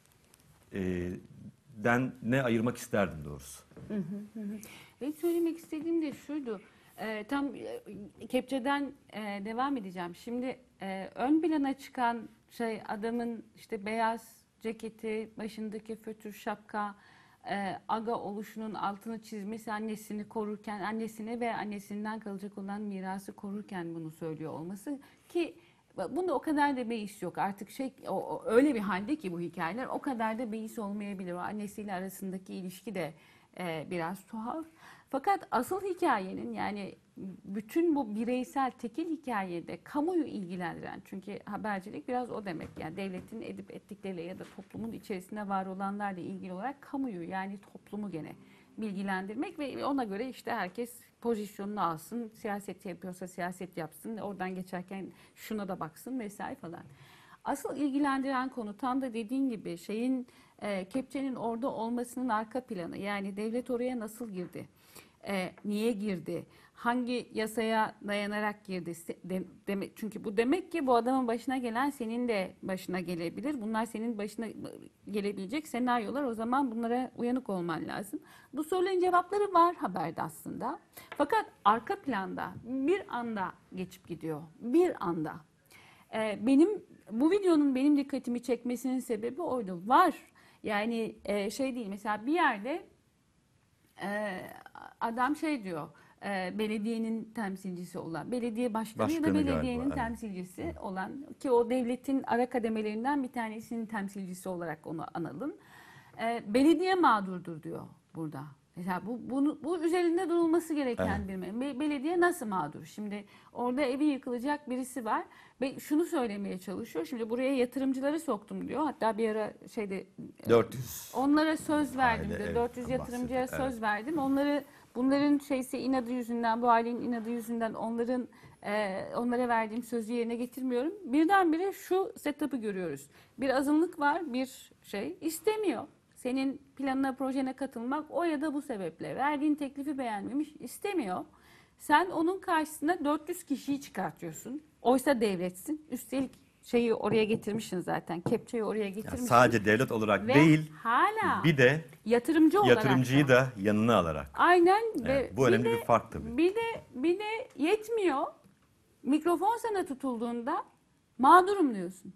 e, den ne ayırmak isterdim doğrusu. Hı hı hı. Benim söylemek istediğim de şuydu. E, tam e, kepçeden e, devam edeceğim. Şimdi e, ön plana çıkan şey adamın işte beyaz ceketi, başındaki fötür şapka, e, aga oluşunun altını çizmesi, annesini korurken, annesine ve annesinden kalacak olan mirası korurken bunu söylüyor olması ki bunda o kadar da beis yok. Artık şey o, o, öyle bir halde ki bu hikayeler o kadar da beis olmayabilir. O annesiyle arasındaki ilişki de e, biraz tuhaf. Fakat asıl hikayenin yani bütün bu bireysel tekil hikayede kamuoyu ilgilendiren, çünkü habercilik biraz o demek, yani devletin edip ettikleriyle ya da toplumun içerisinde var olanlarla ilgili olarak kamuoyu yani toplumu gene bilgilendirmek ve ona göre işte herkes pozisyonunu alsın, siyaset yapıyorsa siyaset yapsın, oradan geçerken şuna da baksın vesaire falan. Asıl ilgilendiren konu tam da dediğin gibi şeyin e, kepçenin orada olmasının arka planı, yani devlet oraya nasıl girdi, e, niye girdi, hangi yasaya dayanarak girdi, de, deme, çünkü bu demek ki bu adamın başına gelen senin de başına gelebilir. Bunlar senin başına gelebilecek senaryolar, o zaman bunlara uyanık olman lazım. Bu soruların cevapları var haberde aslında. Fakat arka planda bir anda geçip gidiyor, bir anda. E, benim bu videonun benim dikkatimi çekmesinin sebebi oydu. Var. Yani e, şey değil, mesela bir yerde e, adam şey diyor, e, belediyenin temsilcisi olan, belediye başkanı, başkanı ya da belediyenin galiba, temsilcisi evet. olan, ki o devletin ara kademelerinden bir tanesinin temsilcisi olarak onu analım. E, belediye mağdurdur diyor burada. Mesela bu, bunu, bu üzerinde durulması gereken evet. bir belediye nasıl mağdur? Şimdi orada evi yıkılacak birisi var ve şunu söylemeye çalışıyor. Şimdi buraya yatırımcıları soktum diyor. Hatta bir ara şeyde dört yüz onlara söz verdim diyor. Evet, dört yüz yatırımcıya evet. söz verdim. Onları bunların şeyse inadı yüzünden, bu ailenin inadı yüzünden onların e, onlara verdiğim sözü yerine getirmiyorum. Birdenbire şu setup'ı görüyoruz. Bir azınlık var, bir şey istemiyor. Senin planına, projene katılmak o ya da bu sebeple. Verdiğin teklifi beğenmemiş, istemiyor. Sen onun karşısına dört yüz kişiyi çıkartıyorsun. Oysa devletsin. Üstelik şeyi oraya getirmişsin zaten. Kepçeyi oraya getirmişsin. Yani sadece devlet olarak ve değil, hala bir de yatırımcı yatırımcıyı olarak da yanına alarak. Aynen. Evet, ve bu önemli bir, de, bir fark tabii. Bir de, bir de yetmiyor. Mikrofon sana tutulduğunda mağdurum diyorsun.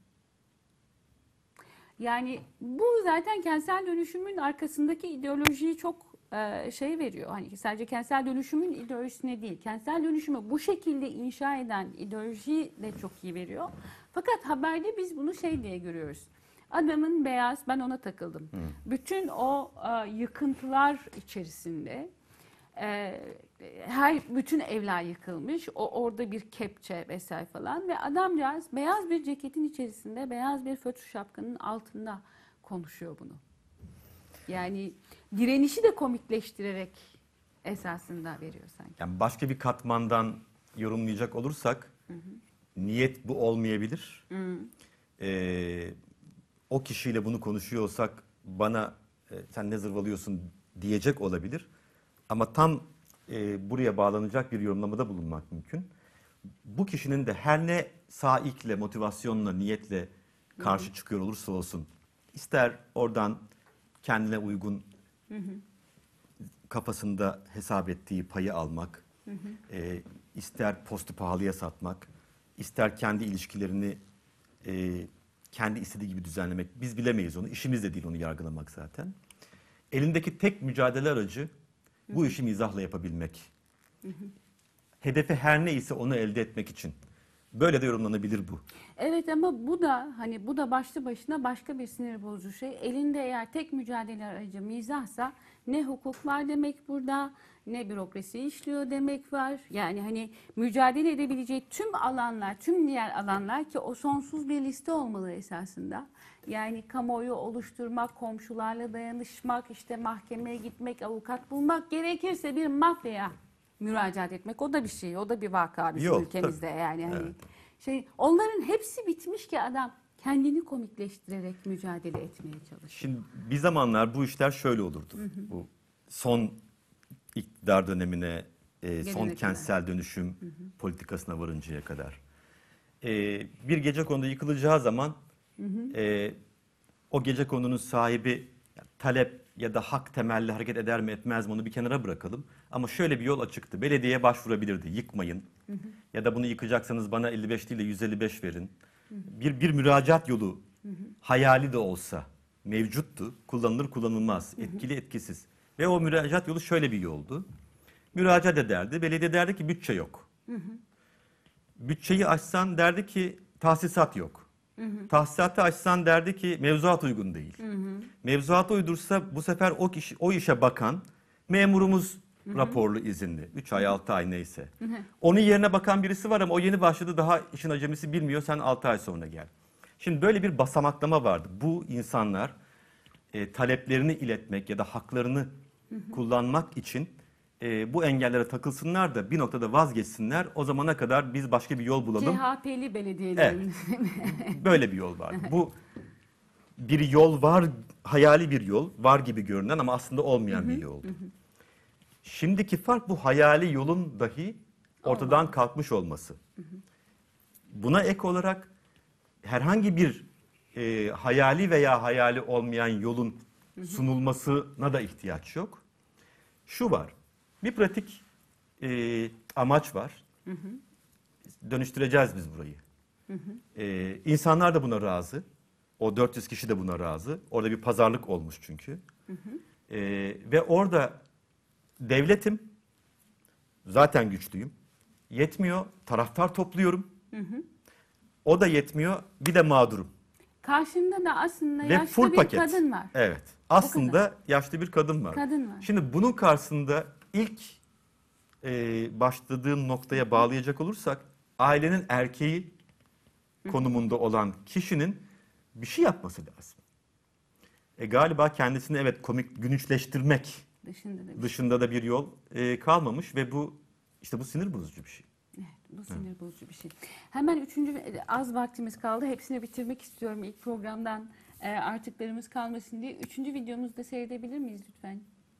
Yani bu zaten kentsel dönüşümün arkasındaki ideolojiyi çok e, şey veriyor. Hani sadece kentsel dönüşümün ideolojisine değil, kentsel dönüşümü bu şekilde inşa eden ideolojiyi de çok iyi veriyor. Fakat haberde biz bunu şey diye görüyoruz. Adamın beyaz, ben ona takıldım. Hmm. Bütün o e, yıkıntılar içerisinde e, her bütün evler yıkılmış. O orada bir kepçe vesaire falan ve adamcağız beyaz bir ceketin içerisinde, beyaz bir fötr şapkanın altında konuşuyor bunu. Yani direnişi de komikleştirerek esasında veriyor sanki. Yani başka bir katmandan yorumlayacak olursak hı hı. niyet bu olmayabilir. Hı hı. Ee, o kişiyle bunu konuşuyor olsak bana e, sen ne zırvalıyorsun diyecek olabilir. Ama tam e, buraya bağlanacak bir yorumlamada bulunmak mümkün. Bu kişinin de her ne saikle, motivasyonla, niyetle karşı hı hı. çıkıyor olursa olsun, ister oradan kendine uygun hı hı. kafasında hesap ettiği payı almak, hı hı. E, ister postu pahalıya satmak, ister kendi ilişkilerini e, kendi istediği gibi düzenlemek. Biz bilemeyiz onu. İşimiz de değil onu yargılamak zaten. Elindeki tek mücadele aracı hı hı. bu işi mizahla yapabilmek. Hı hı. Hedefi her neyse onu elde etmek için. Böyle de yorumlanabilir bu. Evet ama bu da hani bu da başlı başına başka bir sinir bozucu şey. Elinde eğer tek mücadele aracı mizahsa ne hukuk var demek burada, ne bürokrasi işliyor demek var. Yani hani mücadele edebileceği tüm alanlar, tüm diğer alanlar ki o sonsuz bir liste olmalı esasında. Yani kamuoyu oluşturmak, komşularla dayanışmak, işte mahkemeye gitmek, avukat bulmak, gerekirse bir mafyaya müracaat etmek. O da bir şey, o da bir vaka bizim Yok, ülkemizde tabii. yani. Hani Evet. şey, onların hepsi bitmiş ki adam kendini komikleştirerek mücadele etmeye çalışıyor. Şimdi bir zamanlar bu işler şöyle olurdu. Hı hı. Bu son iktidar dönemine, e, son kadar. kentsel dönüşüm hı hı. politikasına varıncaya kadar. E, bir gecekondu yıkılacağı zaman hı hı. E, o gecekondunun sahibi talep ya da hak temelli hareket eder mi etmez mi onu bir kenara bırakalım. Ama şöyle bir yol açıktı. Belediyeye başvurabilirdi. Yıkmayın. Hı hı. Ya da bunu yıkacaksanız bana elli beş değil de yüz elli beş verin. Hı hı. Bir, bir müracaat yolu hı hı. hayali de olsa mevcuttu. Kullanılır kullanılmaz. Hı hı. Etkili etkisiz. Ve o müracaat yolu şöyle bir yoldu. Müracaat ederdi. Belediye derdi ki bütçe yok. Hı hı. Bütçeyi açsan derdi ki tahsisat yok. Hı hı. Tahsisatı açsan derdi ki mevzuat uygun değil. Hı hı. Mevzuata uydursa bu sefer o kişi o işe bakan memurumuz hı hı. raporlu izinli. üç ay altı ay neyse. Hı hı. Onun yerine bakan birisi var ama o yeni başladı daha işin acemisi bilmiyor sen altı ay sonra gel. Şimdi böyle bir basamaklama vardı. Bu insanlar e, taleplerini iletmek ya da haklarını hı hı. kullanmak için e, bu engellere takılsınlar da bir noktada vazgeçsinler. O zamana kadar biz başka bir yol bulalım. C H P'li belediyelerin. Evet. Böyle bir yol vardı. Bu bir yol var, hayali bir yol var gibi görünen ama aslında olmayan hı hı. bir yoldu. Hı hı. Şimdiki fark bu hayali yolun dahi ortadan Olmaz. kalkmış olması. Hı hı. Buna ek olarak herhangi bir e, hayali veya hayali olmayan yolun hı hı. sunulmasına da ihtiyaç yok. Şu var, bir pratik e, amaç var. Hı hı. Dönüştüreceğiz biz burayı. Hı hı. E, insanlar da buna razı. O dört yüz kişi de buna razı. Orada bir pazarlık olmuş çünkü. Hı hı. E, ve orada devletim, zaten güçlüyüm. Yetmiyor, taraftar topluyorum. Hı hı. O da yetmiyor, bir de mağdurum. Karşında da aslında ve yaşlı full bir paket. kadın var. Evet. Aslında yaşlı bir kadın var. Kadın var. Şimdi bunun karşısında ilk e, başladığım noktaya bağlayacak olursak ailenin erkeği hı hı. konumunda olan kişinin bir şey yapması lazım. E, galiba kendisini evet komik günüçleştirmek dışında da bir, dışında da bir yol e, kalmamış ve bu işte bu sinir bozucu bir şey. Evet, bu sinir evet. bozucu bir şey. Hemen üçüncü, az vaktimiz kaldı. Hepsini bitirmek istiyorum ilk programdan e, artıklarımız kalmasın diye. Üçüncü videomuzu da seyredebilir miyiz lütfen?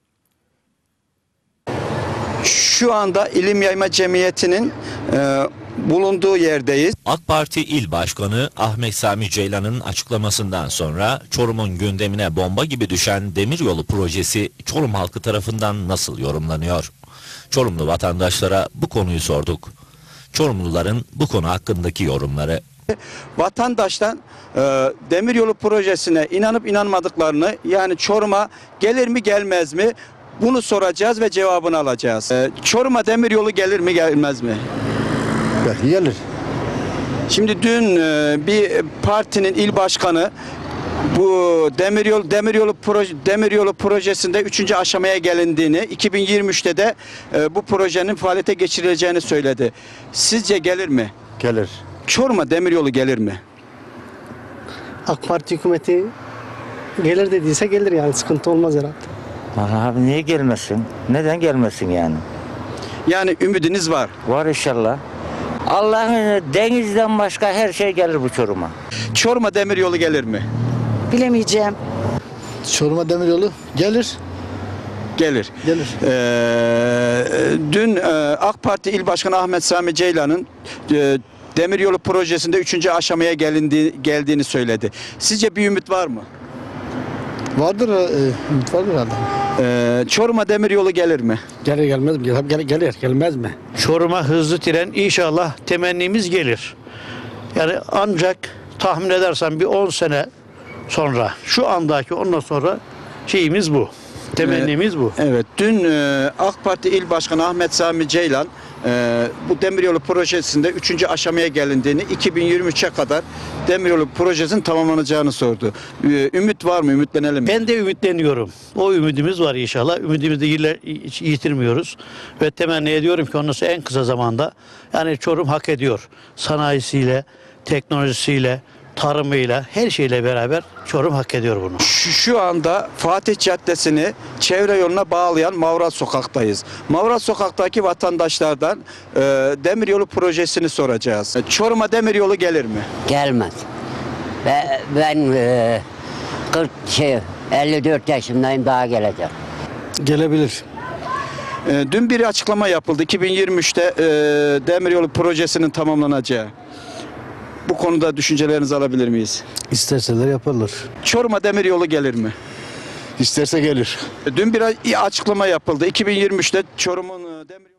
Şu anda İlim Yayma Cemiyeti'nin e, bulunduğu yerdeyiz. AK Parti İl Başkanı Ahmet Sami Ceylan'ın açıklamasından sonra Çorum'un gündemine bomba gibi düşen demiryolu projesi Çorum halkı tarafından nasıl yorumlanıyor? Çorumlu vatandaşlara bu konuyu sorduk. Çorumluların bu konu hakkındaki yorumları. Vatandaştan e, demiryolu projesine inanıp inanmadıklarını, yani Çorum'a gelir mi gelmez mi bunu soracağız ve cevabını alacağız. E, Çorum'a demiryolu gelir mi gelmez mi? Belki gelir. Şimdi dün e, bir partinin il başkanı bu demiryolu demiryolu proje demiryolu projesinde üçüncü aşamaya gelindiğini, iki bin yirmi üçte de e, bu projenin faaliyete geçirileceğini söyledi. Sizce gelir mi? Gelir. Çorum'a demiryolu gelir mi? AK Parti hükümeti gelir dediyse gelir, yani sıkıntı olmaz herhalde. Abi niye gelmesin? Neden gelmesin yani? Yani ümidiniz var. Var inşallah. Allah'ın denizden başka her şey gelir bu Çorum'a. Çorum'a demiryolu gelir mi? Bilemeyeceğim. Çorum'a demiryolu gelir. Gelir. Gelir. Ee, dün e, AK Parti İl Başkanı Ahmet Sami Ceylan'ın e, demiryolu projesinde üçüncü aşamaya gelindi, geldiğini söyledi. Sizce bir ümit var mı? Vardır, e, ümit vardır herhalde. Ee, Çorum'a demiryolu gelir mi? Gelir gelmez mi? Gelir, gelir gelmez mi? Çorum'a hızlı tren inşallah temennimiz gelir. Yani ancak tahmin edersem bir on sene sonra, şu andaki ondan sonra şeyimiz bu. Temennimiz bu. Evet. Dün e, AK Parti İl Başkanı Ahmet Sami Ceylan e, bu demiryolu projesinde üçüncü aşamaya gelindiğini, iki bin yirmi üçe kadar demiryolu projesinin tamamlanacağını sordu. E, ümit var mı? Ümitlenelim mi? Ben de ümitleniyorum. O ümidimiz var inşallah. Ümidimizi de yile- hiç yitirmiyoruz. Ve temenni ediyorum ki ondan sonra en kısa zamanda, yani Çorum hak ediyor. Sanayisiyle, teknolojisiyle, tarımıyla, her şeyle beraber Çorum hak ediyor bunu. Şu, şu anda Fatih Caddesi'ni çevre yoluna bağlayan Mavrat Sokak'tayız. Mavrat Sokak'taki vatandaşlardan e, demiryolu projesini soracağız. Çorum'a demiryolu gelir mi? Gelmez. Ve ben e, kırk şey elli dört yaşındayım, daha gelecek. Gelebilir. E, dün bir açıklama yapıldı. iki bin yirmi üçte e, demiryolu projesinin tamamlanacağı. Bu konuda düşüncelerinizi alabilir miyiz? İsterseler yaparlar. Çorum'a demiryolu gelir mi? İsterse gelir. Dün bir açıklama yapıldı. iki bin yirmi üçte Çorum'un e, demiryolu...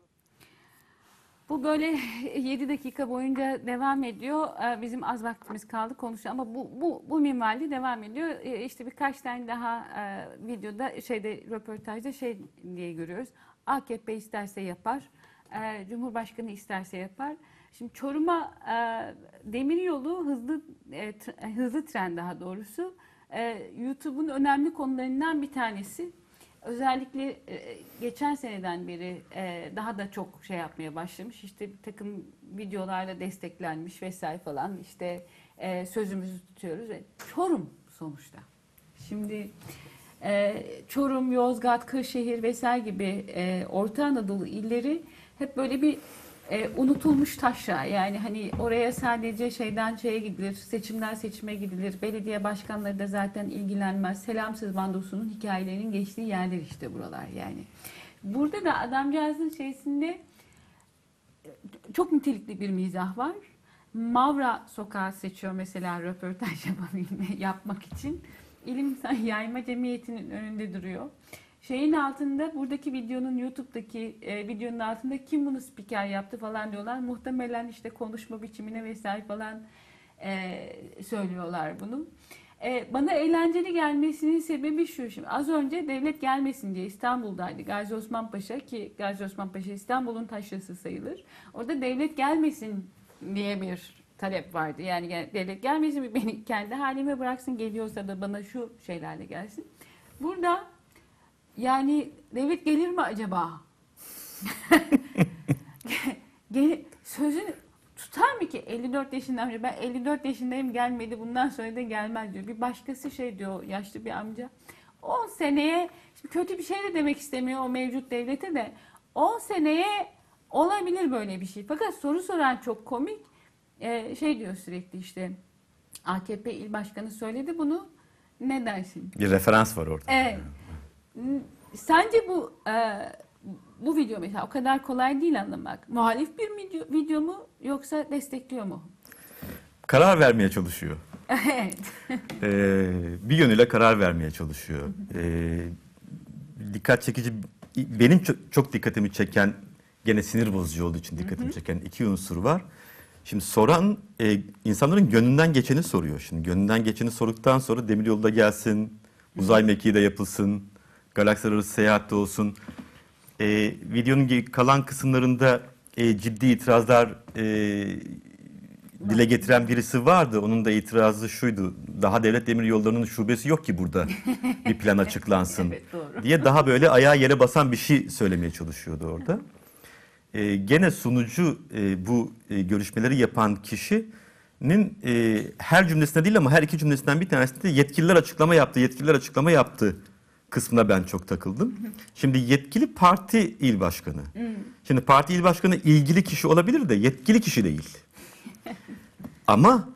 Bu böyle yedi dakika boyunca devam ediyor. Ee, Bizim az vaktimiz kaldı konuşalım ama bu bu bu minvalde devam ediyor. Ee, İşte birkaç tane daha e, videoda şeyde röportajda şey diye görüyoruz. A K P isterse yapar. e, Cumhurbaşkanı isterse yapar. Şimdi Çorum'a e, demiryolu hızlı e, t- hızlı tren daha doğrusu e, YouTube'un önemli konularından bir tanesi. Özellikle e, geçen seneden beri e, daha da çok şey yapmaya başlamış. İşte bir takım videolarla desteklenmiş vesaire falan. İşte e, sözümüzü tutuyoruz. E, Çorum sonuçta. Şimdi e, Çorum, Yozgat, Kırşehir vesaire gibi e, Orta Anadolu illeri hep böyle bir e, unutulmuş taşra. Yani hani oraya sadece şeyden şeye gidilir, seçimden seçime gidilir. Belediye başkanları da zaten ilgilenmez. Selamsız bandosunun hikayelerinin geçtiği yerler işte buralar yani. Burada da adamcağızın şeysinde çok nitelikli bir mizah var. Mavra Sokağı seçiyor mesela röportaj yapabilme, yapmak için. İlim Yayma Cemiyeti'nin önünde duruyor. Şeyin altında, buradaki videonun YouTube'daki e, videonun altında kim bunu spiker yaptı falan diyorlar. Muhtemelen işte konuşma biçimine vesaire falan e, söylüyorlar bunu. E, bana eğlenceli gelmesinin sebebi şu. Şimdi az önce devlet gelmesin diye İstanbul'daydı Gazi Osman Paşa, ki Gazi Osman Paşa İstanbul'un taşrası sayılır. Orada devlet gelmesin diye bir talep vardı. Yani gel- devlet gelmesin, beni kendi halime bıraksın, geliyorsa da bana şu şeylerle gelsin. Burada yani devlet gelir mi acaba? Gel- Sözünü tutar mı ki? elli dört yaşından önce ben elli dört yaşındayım, gelmedi, bundan sonra da gelmez diyor. Bir başkası şey diyor, yaşlı bir amca. on seneye, şimdi kötü bir şey de demek istemiyor o mevcut devlete de, on seneye olabilir böyle bir şey. Fakat soru soran çok komik. Ee, şey diyor sürekli işte, A K P il başkanı söyledi bunu, ne dersin? Bir referans var orada. Evet. Sence bu e, bu video mesela o kadar kolay değil anlamak. Muhalif bir video, video mu yoksa destekliyor mu? Karar vermeye çalışıyor. Evet. Ee, bir yönüyle karar vermeye çalışıyor. Ee, dikkat çekici, benim çok, çok dikkatimi çeken, gene sinir bozucu olduğu için dikkatimi çeken iki unsur var. Şimdi soran e, insanların gönlünden geçeni soruyor. Şimdi gönlünden geçeni sorduktan sonra demiryolu da gelsin, uzay mekiği de yapılsın, galaksiler arası seyahat de olsun. E, videonun kalan kısımlarında e, ciddi itirazlar e, dile getiren birisi vardı. Onun da itirazı şuydu: daha devlet demiryollarının şubesi yok ki burada bir plan açıklansın Evet, doğru. diye daha böyle ayağı yere basan bir şey söylemeye çalışıyordu orada. E, gene sunucu e, bu e, görüşmeleri yapan kişinin e, her cümlesinde değil ama her iki cümlesinden bir tanesinde yetkililer açıklama yaptı, yetkililer açıklama yaptı kısmına ben çok takıldım. Şimdi yetkili parti il başkanı. Hmm. Şimdi parti il başkanı ilgili kişi olabilir de yetkili kişi değil. Ama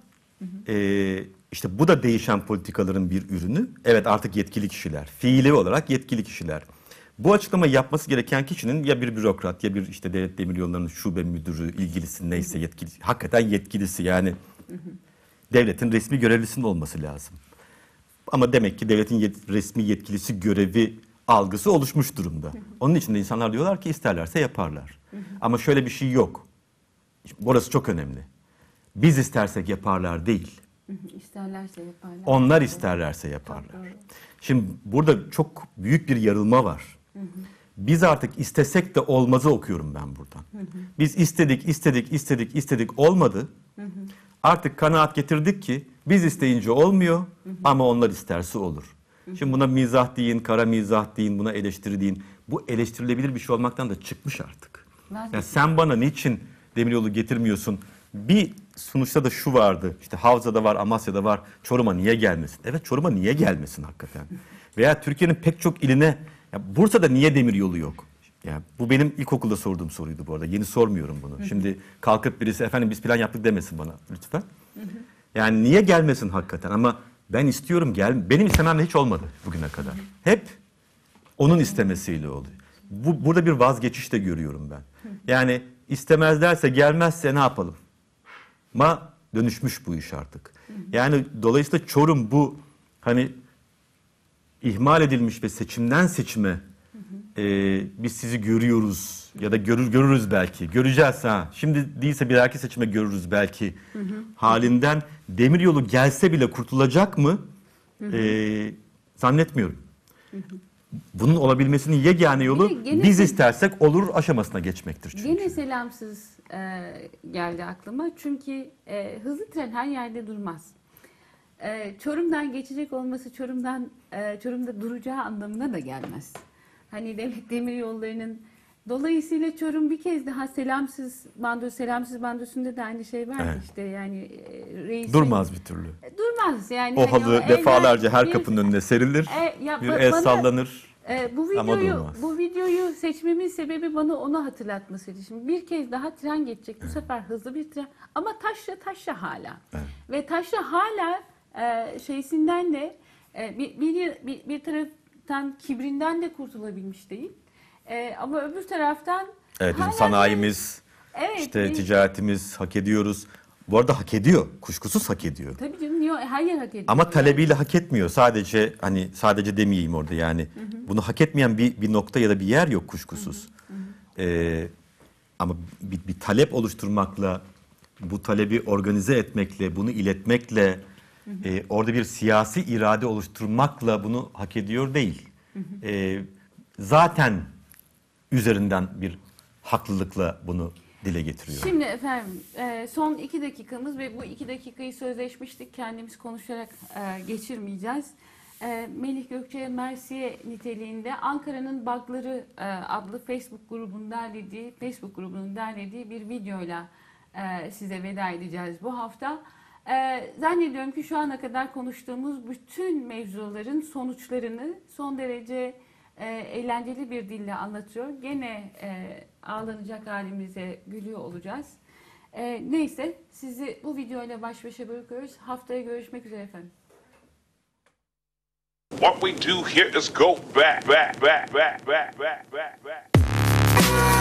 e, işte bu da değişen politikaların bir ürünü. Evet, artık yetkili kişiler, fiili olarak yetkili kişiler. Bu açıklamayı yapması gereken kişinin ya bir bürokrat ya bir işte devlet demiryollarının şube müdürü, ilgilisi neyse yetkili, hakikaten yetkilisi, yani devletin resmi görevlisinin olması lazım. Ama demek ki devletin yet, resmi yetkilisi görevi algısı oluşmuş durumda. Onun için de insanlar diyorlar ki isterlerse yaparlar. Ama şöyle bir şey yok. Burası çok önemli. Biz istersek yaparlar değil. İsterlerse yaparlar. Onlar isterlerse yaparlar. Şimdi burada çok büyük bir yarılma var. Biz artık istesek de olmazı okuyorum ben buradan. Biz istedik, istedik, istedik, istedik, olmadı. Artık kanaat getirdik ki biz isteyince olmuyor ama onlar isterse olur. Şimdi buna mizah deyin, kara mizah deyin, buna eleştiri deyin. Bu eleştirilebilir bir şey olmaktan da çıkmış artık. Yani sen bana niçin demiryolu getirmiyorsun? Bir sonuçta da şu vardı. İşte Havza'da var, Amasya'da var. Çorum'a niye gelmesin? Evet, Çorum'a niye gelmesin hakikaten? Veya Türkiye'nin pek çok iline, ya Bursa'da niye demiryolu yok? Yani bu benim ilkokulda sorduğum soruydu bu arada. Yeni sormuyorum bunu. Hı hı. Şimdi kalkıp birisi efendim biz plan yaptık demesin bana lütfen. Hı hı. Yani niye gelmesin hakikaten? Ama ben istiyorum, gel. Benim istememle hiç olmadı bugüne kadar. Hı hı. Hep onun istemesiyle oluyor. Bu, burada bir vazgeçiş de görüyorum ben. Hı hı. Yani istemezlerse, gelmezse ne yapalım? Ma dönüşmüş bu iş artık. Hı hı. Yani dolayısıyla Çorum bu hani ihmal edilmiş ve seçimden seçime e, biz sizi görüyoruz ya da görür görürüz belki. Göreceğiz ha. Şimdi değilse bir dahaki seçime görürüz belki. Hı hı. Halinden demiryolu gelse bile kurtulacak mı? Hı hı. E, zannetmiyorum. Hı hı. Bunun olabilmesinin yegane yolu gene, biz istersek olur aşamasına geçmektir çünkü. Gene selamsız e, geldi aklıma. Çünkü e, hızlı tren her yerde durmaz. E, Çorum'dan geçecek olması Çorum'dan e, Çorum'da duracağı anlamına da gelmez. Hani devlet demiryollarının dolayısıyla Çorum bir kez daha selamsız bando, selamsız bandosunda da aynı şey var evet. işte yani e, reisin, durmaz bir türlü. Durmaz yani. O halı hani o defalarca her bir, kapının önüne serilir. E, ya, bir el bana, sallanır. E, bu videoyu bu videoyu seçmemin sebebi bana onu hatırlatmasıydı. Şimdi bir kez daha tren geçecek. Bu evet. sefer hızlı bir tren ama taşra taşra hala. Evet. Ve taşra hala e, şeysinden de e, bir, bir bir bir taraftan kibrinden de kurtulabilmiş değil. E, ama öbür taraftan evet bizim sanayimiz, evet, işte değil. Ticaretimiz hak ediyoruz. Bu arada hak ediyor. Kuşkusuz hak ediyor. Tabii canım, niye? Her yer hak ediyor. Ama talebiyle hak etmiyor. Sadece hani sadece demeyeyim orada yani. Hı hı. Bunu hak etmeyen bir bir nokta ya da bir yer yok kuşkusuz. Hı hı. Ee, ama bir, bir talep oluşturmakla, bu talebi organize etmekle, bunu iletmekle, hı hı. E, orada bir siyasi irade oluşturmakla bunu hak ediyor değil. Hı hı. E, zaten üzerinden bir haklılıkla bunu dile getiriyor. Şimdi efendim son iki dakikamız ve bu iki dakikayı sözleşmiştik. Kendimiz konuşarak geçirmeyeceğiz. Melih Gökçe Mersiye niteliğinde Ankara'nın Bug'ları adlı Facebook grubunun derlediği, Facebook grubunun derlediği bir videoyla size veda edeceğiz bu hafta. Zannediyorum ki şu ana kadar konuştuğumuz bütün mevzuların sonuçlarını son derece E, eğlenceli bir dille anlatıyor. Gene e, ağlanacak halimize gülüyor olacağız. E, neyse sizi bu videoyla baş başa bırakıyoruz. Haftaya görüşmek üzere efendim. What we do here is go back, back, back, back, back, back, back, back.